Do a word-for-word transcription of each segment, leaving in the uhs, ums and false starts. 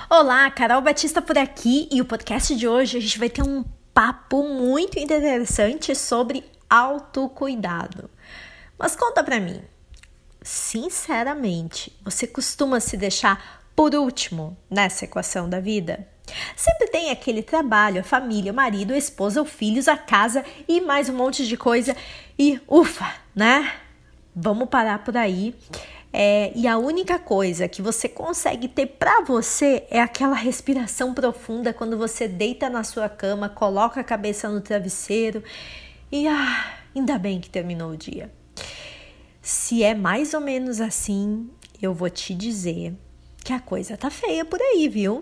Olá, Carol Batista por aqui e o podcast de hoje a gente vai ter um papo muito interessante sobre autocuidado. Mas conta pra mim, sinceramente, você costuma se deixar por último nessa equação da vida? Sempre tem aquele trabalho, a família, o marido, a esposa, os filhos, a casa e mais um monte de coisa e ufa, né? Vamos parar por aí. É, e a única coisa que você consegue ter para você é aquela respiração profunda quando você deita na sua cama, coloca a cabeça no travesseiro e ah, ainda bem que terminou o dia. Se é mais ou menos assim, eu vou te dizer que a coisa tá feia por aí, viu?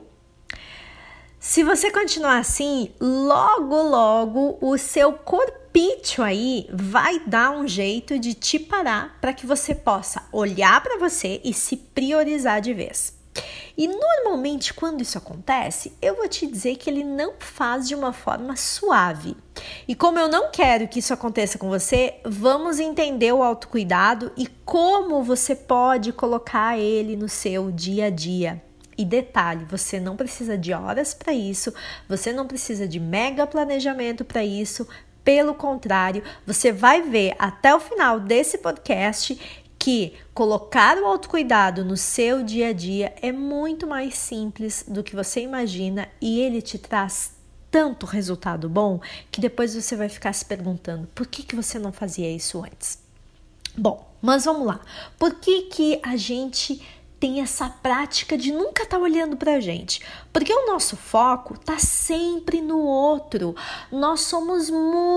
Se você continuar assim, logo, logo o seu corpício aí vai dar um jeito de te parar para que você possa olhar para você e se priorizar de vez. E normalmente quando isso acontece, eu vou te dizer que ele não faz de uma forma suave. E como eu não quero que isso aconteça com você, vamos entender o autocuidado e como você pode colocar ele no seu dia a dia. E detalhe, você não precisa de horas para isso, você não precisa de mega planejamento para isso, pelo contrário, você vai ver até o final desse podcast que colocar o autocuidado no seu dia a dia é muito mais simples do que você imagina e ele te traz tanto resultado bom que depois você vai ficar se perguntando por que, que você não fazia isso antes. Bom, mas vamos lá, por que, que a gente tem essa prática de nunca estar tá olhando pra gente? Porque o nosso foco tá sempre no outro. Nós somos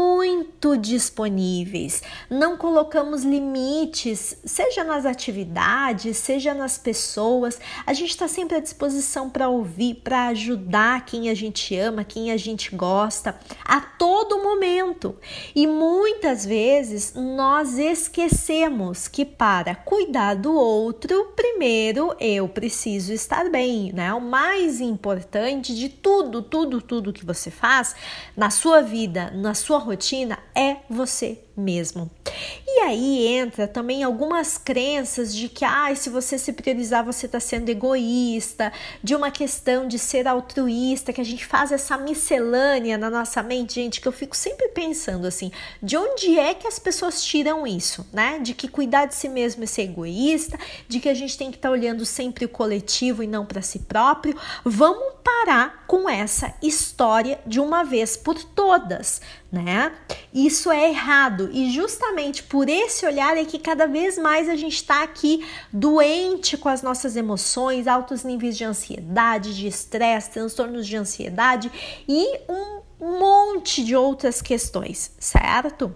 muito disponíveis, não colocamos limites, seja nas atividades, seja nas pessoas. A gente está sempre à disposição para ouvir, para ajudar quem a gente ama, quem a gente gosta, a todo momento. E muitas vezes nós esquecemos que para cuidar do outro, primeiro eu preciso estar bem, né? O mais importante importante de tudo, tudo, tudo que você faz na sua vida, na sua rotina, é você mesmo. E aí entra também algumas crenças de que ah, se você se priorizar, você está sendo egoísta, de uma questão de ser altruísta, que a gente faz essa miscelânea na nossa mente, gente, que eu fico sempre pensando assim, de onde é que as pessoas tiram isso, né? De que cuidar de si mesmo é ser egoísta, de que a gente tem que estar tá olhando sempre o coletivo e não para si próprio. Vamos parar com essa história de uma vez por todas, né? Isso é errado e justamente por esse olhar é que cada vez mais a gente está aqui doente com as nossas emoções, altos níveis de ansiedade, de estresse, transtornos de ansiedade e um monte de outras questões, certo?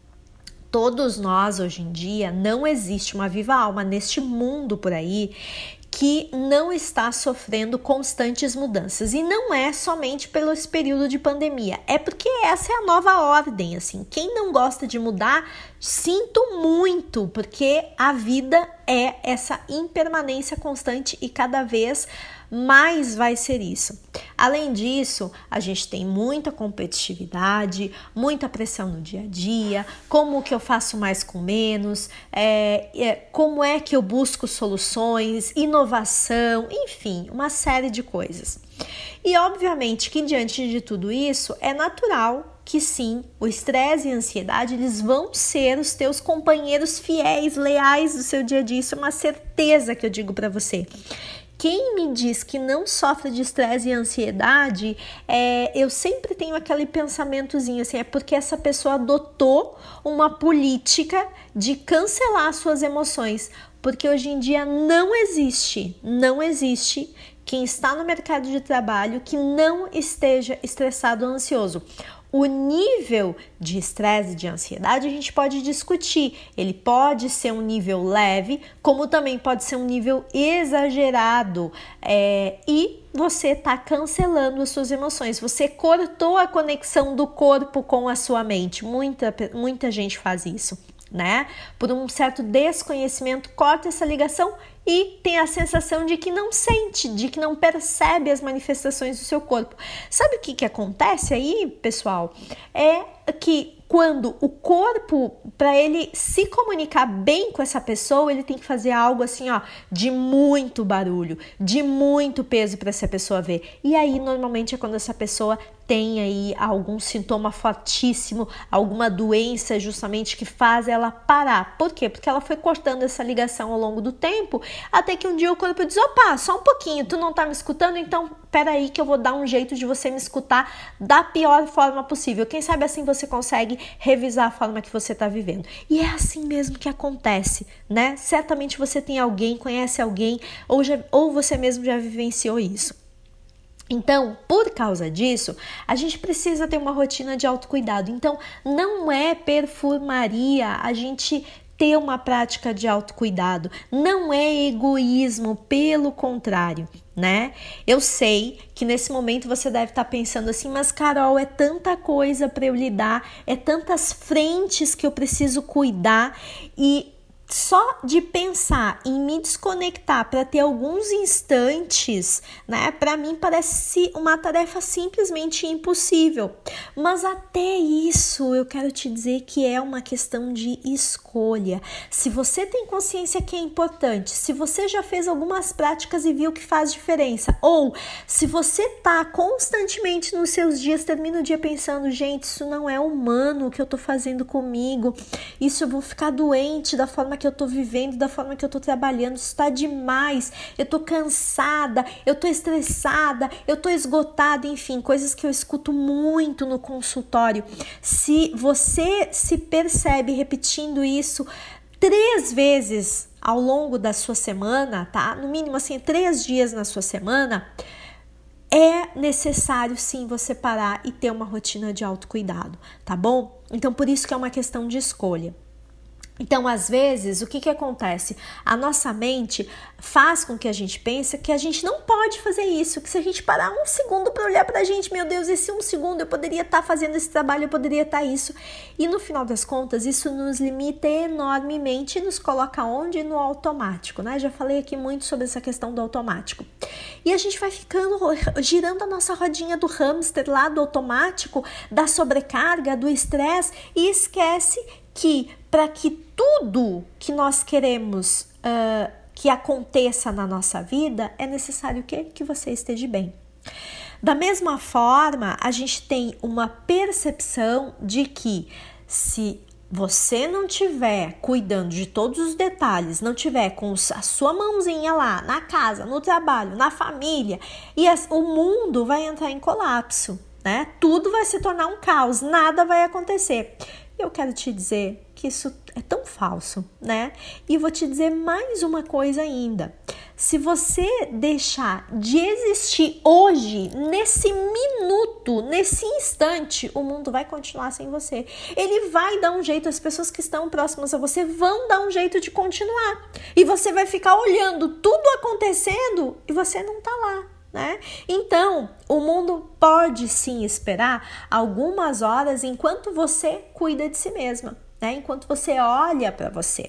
Todos nós hoje em dia, não existe uma viva alma neste mundo por aí que não está sofrendo constantes mudanças. E não é somente pelo esse período de pandemia, é porque essa é a nova ordem, assim. Quem não gosta de mudar, sinto muito, porque a vida é essa impermanência constante e cada vez mais vai ser isso. Além disso, a gente tem muita competitividade, muita pressão no dia a dia, como que eu faço mais com menos, é, é, como é que eu busco soluções, inovação, enfim, uma série de coisas. E obviamente que diante de tudo isso, é natural que sim, o estresse e a ansiedade, eles vão ser os teus companheiros fiéis, leais do seu dia a dia, isso é uma certeza que eu digo para você. Quem me diz que não sofre de estresse e ansiedade, é, eu sempre tenho aquele pensamentozinho assim, é porque essa pessoa adotou uma política de cancelar suas emoções, porque hoje em dia não existe, não existe quem está no mercado de trabalho que não esteja estressado ou ansioso. O nível de estresse e de ansiedade a gente pode discutir. Ele pode ser um nível leve, como também pode ser um nível exagerado. É, e você está cancelando as suas emoções. Você cortou a conexão do corpo com a sua mente. Muita, muita gente faz isso, né? Por um certo desconhecimento, corta essa ligação e tem a sensação de que não sente, de que não percebe as manifestações do seu corpo. Sabe o que, que acontece aí, pessoal? É que quando o corpo, para ele se comunicar bem com essa pessoa, ele tem que fazer algo assim, ó, de muito barulho, de muito peso para essa pessoa ver. E aí, normalmente, é quando essa pessoa tem aí algum sintoma fortíssimo, alguma doença justamente que faz ela parar. Por quê? Porque ela foi cortando essa ligação ao longo do tempo, até que um dia o corpo diz, opa, só um pouquinho, tu não tá me escutando? Então, peraí que eu vou dar um jeito de você me escutar da pior forma possível. Quem sabe assim você consegue revisar a forma que você tá vivendo. E é assim mesmo que acontece, né? Certamente você tem alguém, conhece alguém, ou, já, ou você mesmo já vivenciou isso. Então, por causa disso, a gente precisa ter uma rotina de autocuidado. Então, não é perfumaria a gente ter uma prática de autocuidado. Não é egoísmo, pelo contrário, né? Eu sei que nesse momento você deve estar pensando assim, mas Carol, é tanta coisa para eu lidar, é tantas frentes que eu preciso cuidar e só de pensar em me desconectar para ter alguns instantes, né, para mim parece uma tarefa simplesmente impossível. Mas até isso eu quero te dizer que é uma questão de escolha. Se você tem consciência que é importante, se você já fez algumas práticas e viu que faz diferença, ou se você tá constantemente nos seus dias, termina o dia pensando, gente, isso não é humano o que eu tô fazendo comigo, isso eu vou ficar doente da forma que eu tô vivendo, da forma que eu tô trabalhando, isso tá demais, eu tô cansada, eu tô estressada, eu tô esgotada, enfim, coisas que eu escuto muito no consultório. Se você se percebe repetindo isso três vezes ao longo da sua semana, tá? No mínimo assim, três dias na sua semana, é necessário sim você parar e ter uma rotina de autocuidado, tá bom? Então por isso que é uma questão de escolha. Então, às vezes, o que que acontece? A nossa mente faz com que a gente pense que a gente não pode fazer isso, que se a gente parar um segundo para olhar para a gente, meu Deus, esse um segundo eu poderia estar tá fazendo esse trabalho, eu poderia estar tá isso. E no final das contas, isso nos limita enormemente e nos coloca onde? No automático, né? Já falei aqui muito sobre essa questão do automático. E a gente vai ficando, girando a nossa rodinha do hamster lá, do automático, da sobrecarga, do estresse e esquece que para que tudo que nós queremos uh, que aconteça na nossa vida, é necessário o quê? Que você esteja bem. Da mesma forma, a gente tem uma percepção de que se você não tiver cuidando de todos os detalhes, não tiver com a sua mãozinha lá, na casa, no trabalho, na família, e as, o mundo vai entrar em colapso, né? Tudo vai se tornar um caos, nada vai acontecer. Eu quero te dizer que isso é tão falso, né? E vou te dizer mais uma coisa ainda. Se você deixar de existir hoje, nesse minuto, nesse instante, o mundo vai continuar sem você. Ele vai dar um jeito, as pessoas que estão próximas a você vão dar um jeito de continuar. E você vai ficar olhando tudo acontecendo e você não tá lá. Né? Então, o mundo pode sim esperar algumas horas enquanto você cuida de si mesma, né? Enquanto você olha para você.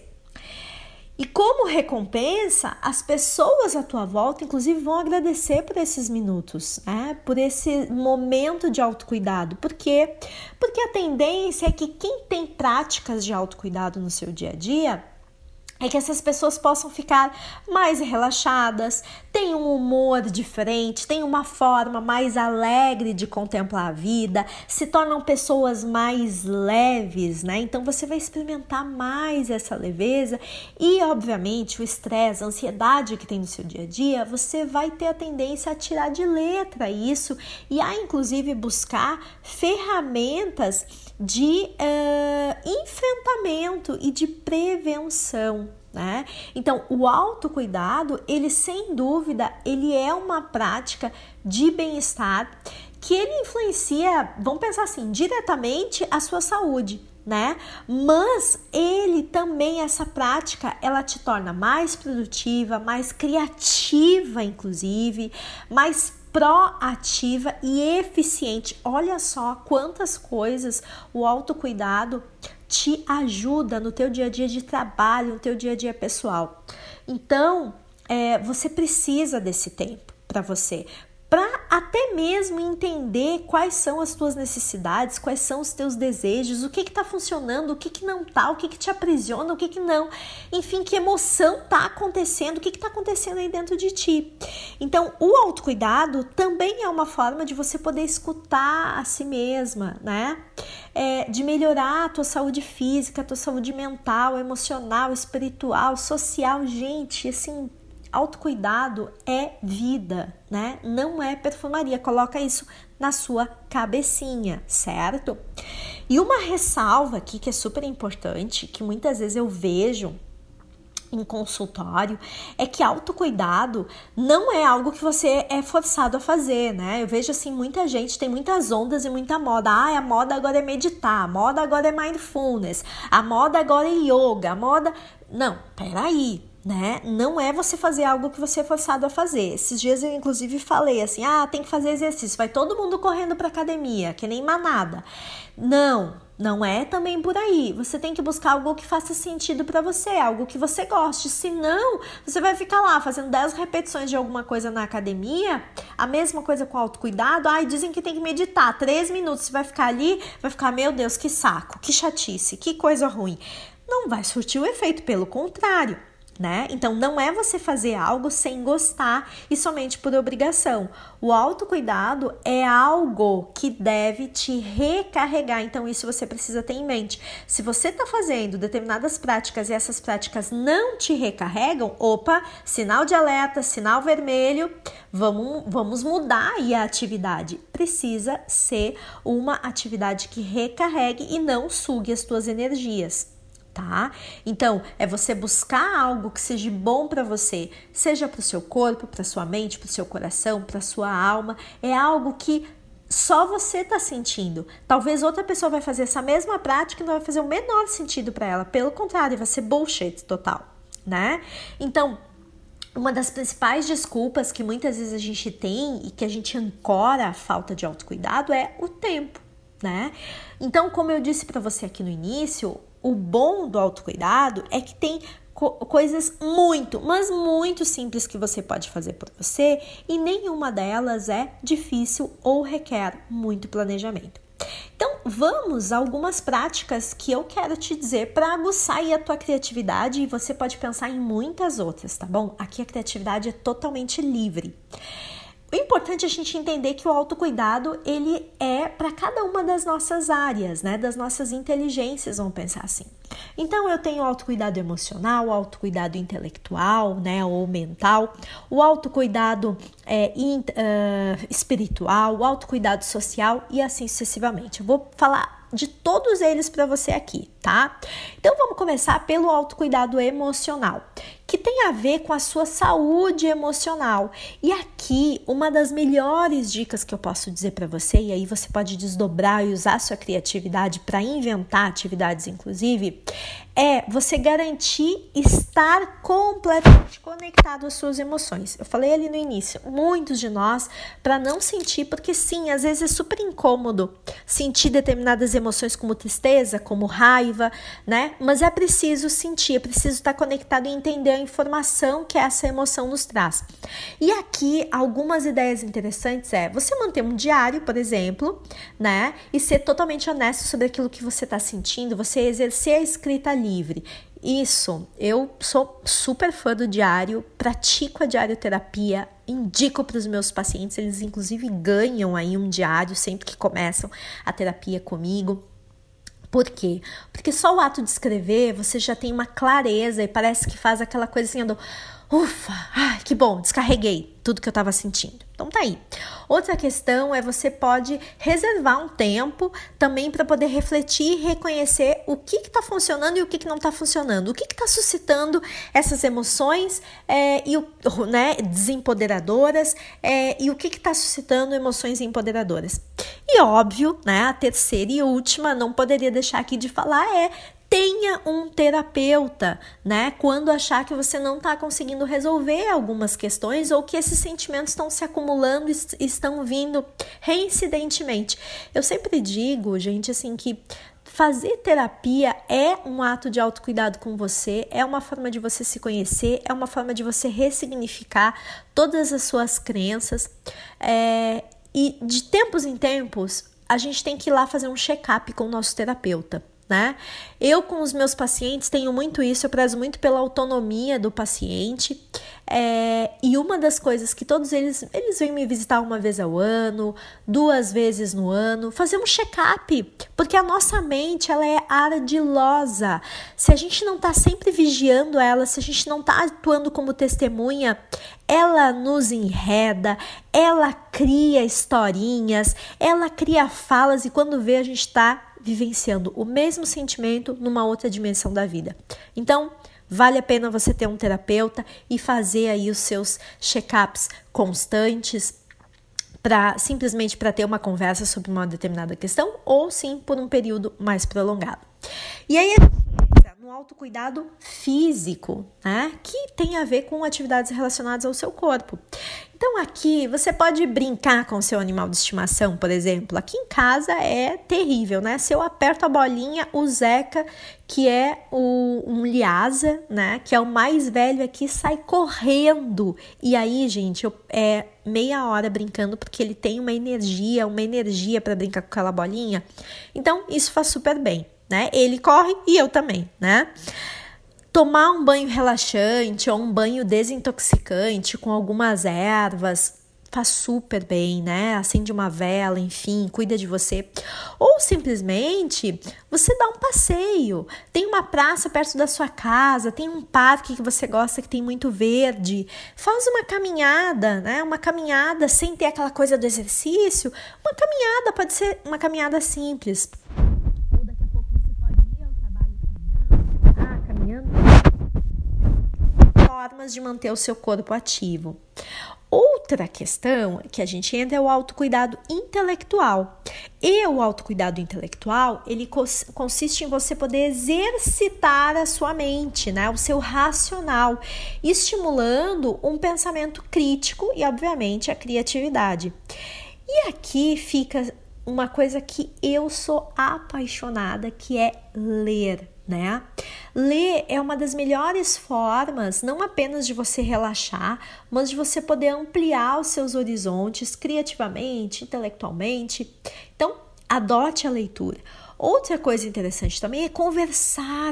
E como recompensa, as pessoas à tua volta, inclusive, vão agradecer por esses minutos, né? Por esse momento de autocuidado. Por quê? Porque a tendência é que quem tem práticas de autocuidado no seu dia a dia, é que essas pessoas possam ficar mais relaxadas, tenham um humor diferente, tenham uma forma mais alegre de contemplar a vida, se tornam pessoas mais leves, né? Então você vai experimentar mais essa leveza e, obviamente, o estresse, a ansiedade que tem no seu dia a dia, você vai ter a tendência a tirar de letra isso e a, inclusive, buscar ferramentas de uh, enfrentamento e de prevenção, né? Então, o autocuidado, ele sem dúvida, ele é uma prática de bem-estar que ele influencia, vamos pensar assim, diretamente a sua saúde, né? Mas ele também, essa prática, ela te torna mais produtiva, mais criativa, inclusive, mais proativa e eficiente. Olha só quantas coisas o autocuidado te ajuda no teu dia a dia de trabalho, no teu dia a dia pessoal. Então, é, você precisa desse tempo para você. para até mesmo entender quais são as tuas necessidades, quais são os teus desejos, o que que tá funcionando, o que que não tá, o que que te aprisiona, o que que não, enfim, que emoção tá acontecendo, o que que tá acontecendo aí dentro de ti. Então, o autocuidado também é uma forma de você poder escutar a si mesma, né? É, de melhorar a tua saúde física, a tua saúde mental, emocional, espiritual, social, gente, assim, autocuidado é vida, né? Não é perfumaria. Coloca isso na sua cabecinha, certo? E uma ressalva aqui que é super importante, que muitas vezes eu vejo em consultório, é que autocuidado não é algo que você é forçado a fazer, né? Eu vejo assim, muita gente, tem muitas ondas e muita moda. Ah, a moda agora é meditar, a moda agora é mindfulness, a moda agora é yoga, a moda... Não, peraí, né? Não é você fazer algo que você é forçado a fazer. Esses dias eu inclusive falei assim, ah, tem que fazer exercício, vai todo mundo correndo pra academia, que nem manada. Não, não é também por aí. Você tem que buscar algo que faça sentido pra você, algo que você goste. Senão, você vai ficar lá fazendo dez repetições de alguma coisa na academia, a mesma coisa com autocuidado. Ai, dizem que tem que meditar, três minutos, você vai ficar ali, vai ficar, meu Deus, que saco, que chatice, que coisa ruim. Não vai surtir o efeito, pelo contrário. Né? Então, não é você fazer algo sem gostar e somente por obrigação. O autocuidado é algo que deve te recarregar. Então, isso você precisa ter em mente. Se você está fazendo determinadas práticas e essas práticas não te recarregam, opa, sinal de alerta, sinal vermelho, vamos, vamos mudar aí a atividade. Precisa ser uma atividade que recarregue e não sugue as tuas energias. Tá? Então, é você buscar algo que seja bom para você, seja para o seu corpo, para sua mente, para o seu coração, para sua alma. É algo que só você tá sentindo. Talvez outra pessoa vai fazer essa mesma prática e não vai fazer o menor sentido para ela. Pelo contrário, vai ser bullshit total, né? Então, uma das principais desculpas que muitas vezes a gente tem e que a gente ancora a falta de autocuidado é o tempo, né? Então, como eu disse para você aqui no início, o bom do autocuidado é que tem co- coisas muito, mas muito simples que você pode fazer por você e nenhuma delas é difícil ou requer muito planejamento. Então, vamos a algumas práticas que eu quero te dizer para aguçar aí a tua criatividade e você pode pensar em muitas outras, tá bom? Aqui a criatividade é totalmente livre. O importante é a gente entender que o autocuidado, ele é para cada uma das nossas áreas, né? Das nossas inteligências, vamos pensar assim. Então, eu tenho o autocuidado emocional, o autocuidado intelectual, né? Ou mental, o autocuidado é, in, uh, espiritual, o autocuidado social e assim sucessivamente. Eu vou falar de todos eles para você aqui, tá? Então, vamos começar pelo autocuidado emocional, que tem a ver com a sua saúde emocional. E aqui, uma das melhores dicas que eu posso dizer para você, e aí você pode desdobrar e usar a sua criatividade para inventar atividades, inclusive, é você garantir estar completamente conectado às suas emoções. Eu falei ali no início, muitos de nós, para não sentir, porque sim, às vezes é super incômodo sentir determinadas emoções como tristeza, como raiva, né? Mas é preciso sentir, é preciso estar conectado e entender a informação que essa emoção nos traz. E aqui, algumas ideias interessantes é você manter um diário, por exemplo, né? E ser totalmente honesto sobre aquilo que você está sentindo, você exercer a escrita livre. Isso, eu sou super fã do diário, pratico a diarioterapia, indico para os meus pacientes, eles inclusive ganham aí um diário sempre que começam a terapia comigo. Por quê? Porque só o ato de escrever, você já tem uma clareza e parece que faz aquela coisa assim, do ufa, ai, que bom, descarreguei tudo que eu estava sentindo. Então tá aí. Outra questão é você pode reservar um tempo também para poder refletir e reconhecer o que está funcionando e o que, que não está funcionando. O que está suscitando essas emoções é, e o, né, desempoderadoras é, e o que está suscitando emoções empoderadoras. E óbvio, né, a terceira e última, não poderia deixar aqui de falar, é tenha um terapeuta, né? Quando achar que você não está conseguindo resolver algumas questões ou que esses sentimentos estão se acumulando e estão vindo reincidentemente. Eu sempre digo, gente, assim, que fazer terapia é um ato de autocuidado com você, é uma forma de você se conhecer, é uma forma de você ressignificar todas as suas crenças. É, e de tempos em tempos, a gente tem que ir lá fazer um check-up com o nosso terapeuta, né? Eu, com os meus pacientes, tenho muito isso, eu prezo muito pela autonomia do paciente. É, e uma das coisas que todos eles, eles vêm me visitar uma vez ao ano, duas vezes no ano, fazer um check-up, porque a nossa mente, ela é ardilosa. Se a gente não tá sempre vigiando ela, se a gente não tá atuando como testemunha, ela nos enreda, ela cria historinhas, ela cria falas e quando vê a gente tá vivenciando o mesmo sentimento numa outra dimensão da vida. Então, vale a pena você ter um terapeuta e fazer aí os seus check-ups constantes, pra, simplesmente para ter uma conversa sobre uma determinada questão ou sim por um período mais prolongado. E aí a gente entra no autocuidado físico, né, que tem a ver com atividades relacionadas ao seu corpo. Então aqui você pode brincar com o seu animal de estimação, por exemplo. Aqui em casa é terrível, né? Se eu aperto a bolinha, o Zeca, que é o, um Lhasa, né? Que é o mais velho aqui, sai correndo. E aí, gente, eu, é meia hora brincando porque ele tem uma energia, uma energia para brincar com aquela bolinha. Então, isso faz super bem, né? Ele corre e eu também, né? Tomar um banho relaxante ou um banho desintoxicante com algumas ervas faz super bem, né? Acende uma vela, enfim, cuida de você. Ou simplesmente você dá um passeio. Tem uma praça perto da sua casa, tem um parque que você gosta que tem muito verde. Faz uma caminhada, né? Uma caminhada sem ter aquela coisa do exercício. Uma caminhada pode ser uma caminhada simples. Formas de manter o seu corpo ativo. Outra questão que a gente entra é o autocuidado intelectual. E o autocuidado intelectual, ele consiste em você poder exercitar a sua mente, né? O seu racional, estimulando um pensamento crítico e, obviamente, a criatividade. E aqui fica uma coisa que eu sou apaixonada, que é ler, né? Ler é uma das melhores formas, não apenas de você relaxar, mas de você poder ampliar os seus horizontes criativamente, intelectualmente. Então, adote a leitura. Outra coisa interessante também é conversar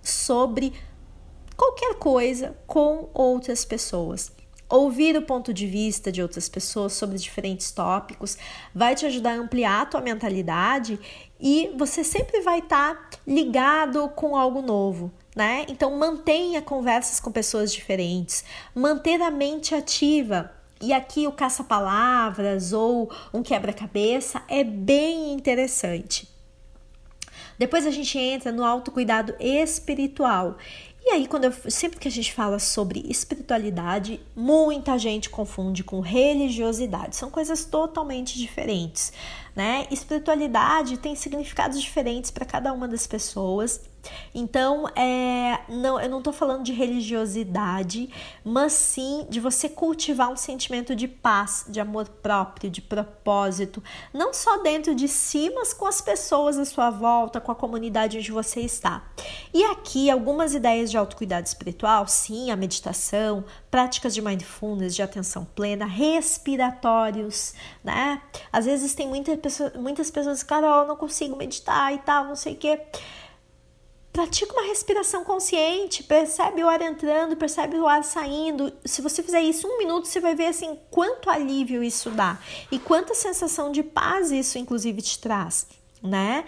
sobre qualquer coisa com outras pessoas. Ouvir o ponto de vista de outras pessoas sobre diferentes tópicos vai te ajudar a ampliar a tua mentalidade e você sempre vai estar ligado com algo novo, né? Então mantenha conversas com pessoas diferentes, manter a mente ativa. E aqui o caça-palavras ou um quebra-cabeça é bem interessante. Depois a gente entra no autocuidado espiritual. E aí, quando eu, sempre que a gente fala sobre espiritualidade, muita gente confunde com religiosidade. São coisas totalmente diferentes, né? Espiritualidade tem significados diferentes para cada uma das pessoas. Então, é, não, eu não estou falando de religiosidade, mas sim de você cultivar um sentimento de paz, de amor próprio, de propósito, não só dentro de si, mas com as pessoas à sua volta, com a comunidade onde você está. E aqui, algumas ideias de autocuidado espiritual, sim, a meditação, práticas de mindfulness, de atenção plena, respiratórios, né? Às vezes tem muita pessoa, muitas pessoas que, Carol, eu não consigo meditar e tal, não sei o quê. Pratica uma respiração consciente, percebe o ar entrando, percebe o ar saindo. Se você fizer isso um minuto, você vai ver assim quanto alívio isso dá e quanta sensação de paz isso inclusive te traz, né?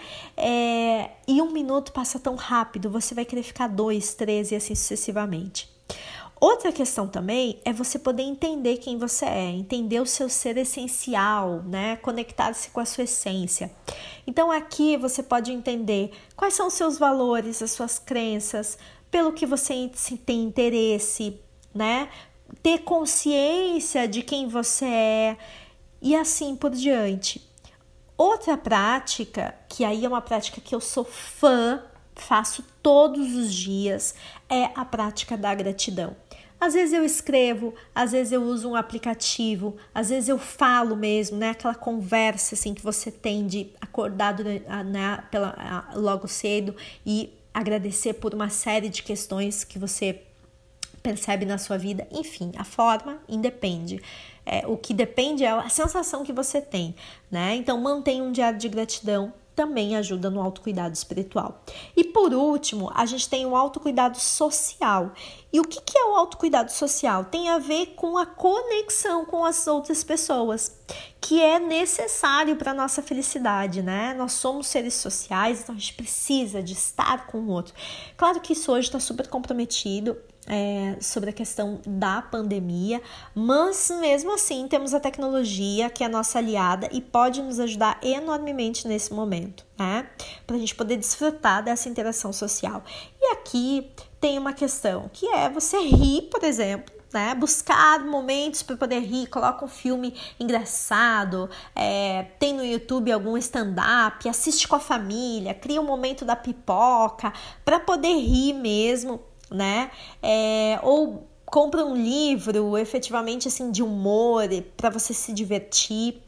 É, e um minuto passa tão rápido, você vai querer ficar dois, três e assim sucessivamente. Outra questão também é você poder entender quem você é, entender o seu ser essencial, né? Conectar-se com a sua essência. Então aqui você pode entender quais são os seus valores, as suas crenças, pelo que você tem interesse, né? Ter consciência de quem você é e assim por diante. Outra prática, que aí é uma prática que eu sou fã, faço todos os dias, é a prática da gratidão. Às vezes eu escrevo, às vezes eu uso um aplicativo, às vezes eu falo mesmo, né? Aquela conversa assim que você tem de acordar durante, né, pela, logo cedo e agradecer por uma série de questões que você percebe na sua vida. Enfim, a forma independe. É, o que depende é a sensação que você tem, né? Então, mantenha um diário de gratidão, também ajuda no autocuidado espiritual. E por último, a gente tem o autocuidado social. E o que, que é o autocuidado social? Tem a ver com a conexão com as outras pessoas, que é necessário para a nossa felicidade, né? Nós somos seres sociais, então a gente precisa de estar com o outro. Claro que isso hoje está super comprometido, É, sobre a questão da pandemia, mas mesmo assim temos a tecnologia que é a nossa aliada e pode nos ajudar enormemente nesse momento, né? Para a gente poder desfrutar dessa interação social. E aqui tem uma questão que é você rir, por exemplo, né? Buscar momentos para poder rir, coloca um filme engraçado, é, tem no YouTube algum stand-up, assiste com a família, cria um momento da pipoca para poder rir mesmo, né? É, ou compra um livro efetivamente assim de humor para você se divertir.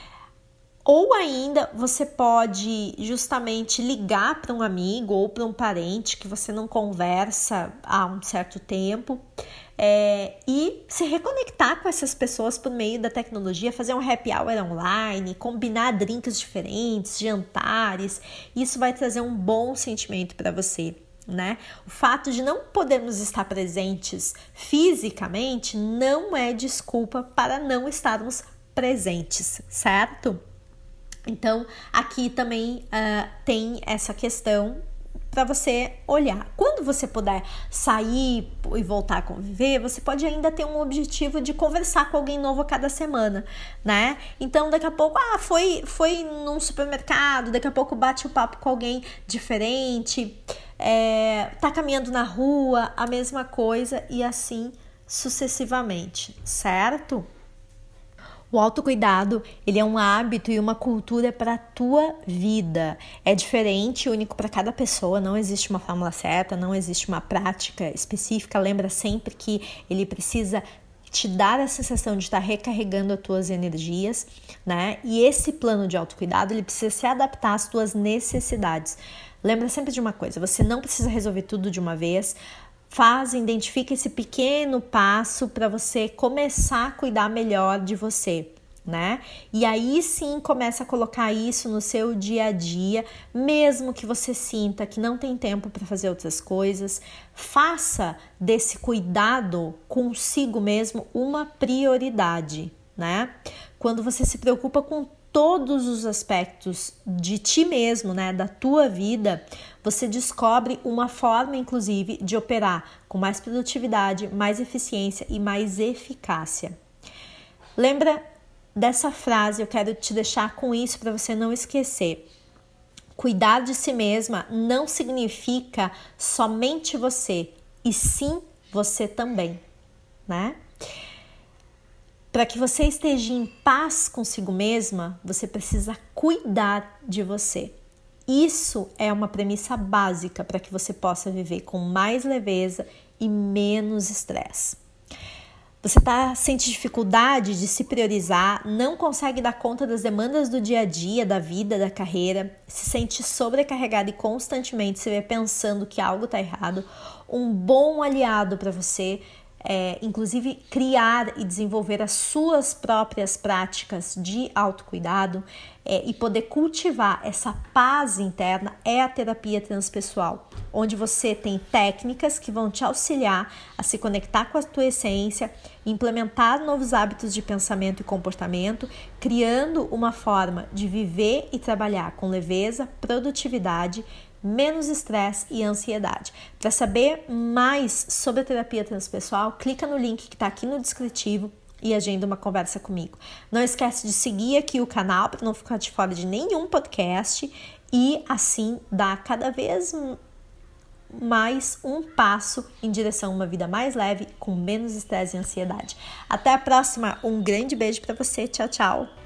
Ou ainda você pode justamente ligar para um amigo ou para um parente que você não conversa há um certo tempo, é, e se reconectar com essas pessoas por meio da tecnologia, fazer um happy hour online, combinar drinks diferentes, jantares. Isso vai trazer um bom sentimento para você, né? O fato de não podermos estar presentes fisicamente não é desculpa para não estarmos presentes, certo? Então, aqui também uh, tem essa questão para você olhar. Quando você puder sair e voltar a conviver, você pode ainda ter um objetivo de conversar com alguém novo a cada semana, né? Então, daqui a pouco, ah, foi, foi num supermercado, daqui a pouco bate o papo com alguém diferente, é, tá caminhando na rua, a mesma coisa e assim sucessivamente, certo? O autocuidado, ele é um hábito e uma cultura para a tua vida. É diferente, único para cada pessoa, não existe uma fórmula certa, não existe uma prática específica. Lembra sempre que ele precisa te dar a sensação de estar recarregando as tuas energias, né? E esse plano de autocuidado, ele precisa se adaptar às tuas necessidades. Lembra sempre de uma coisa, você não precisa resolver tudo de uma vez. Faz, identifica esse pequeno passo para você começar a cuidar melhor de você, né? E aí sim começa a colocar isso no seu dia a dia, mesmo que você sinta que não tem tempo para fazer outras coisas, faça desse cuidado consigo mesmo uma prioridade, né? Quando você se preocupa com todos os aspectos de ti mesmo, né, da tua vida, você descobre uma forma, inclusive, de operar com mais produtividade, mais eficiência e mais eficácia. Lembra dessa frase, eu quero te deixar com isso para você não esquecer. Cuidar de si mesma não significa somente você, e sim você também, né? Para que você esteja em paz consigo mesma, você precisa cuidar de você. Isso é uma premissa básica para que você possa viver com mais leveza e menos estresse. Você tá, sente dificuldade de se priorizar, não consegue dar conta das demandas do dia a dia, da vida, da carreira, se sente sobrecarregado e constantemente se vê pensando que algo está errado. Um bom aliado para você É, inclusive criar e desenvolver as suas próprias práticas de autocuidado é, e poder cultivar essa paz interna é a terapia transpessoal, onde você tem técnicas que vão te auxiliar a se conectar com a tua essência, implementar novos hábitos de pensamento e comportamento, criando uma forma de viver e trabalhar com leveza, produtividade, menos estresse e ansiedade. Para saber mais sobre a terapia transpessoal, clica no link que está aqui no descritivo e agenda uma conversa comigo. Não esquece de seguir aqui o canal para não ficar de fora de nenhum podcast e assim dar cada vez mais um passo em direção a uma vida mais leve, com menos estresse e ansiedade. Até a próxima, um grande beijo para você, tchau, tchau!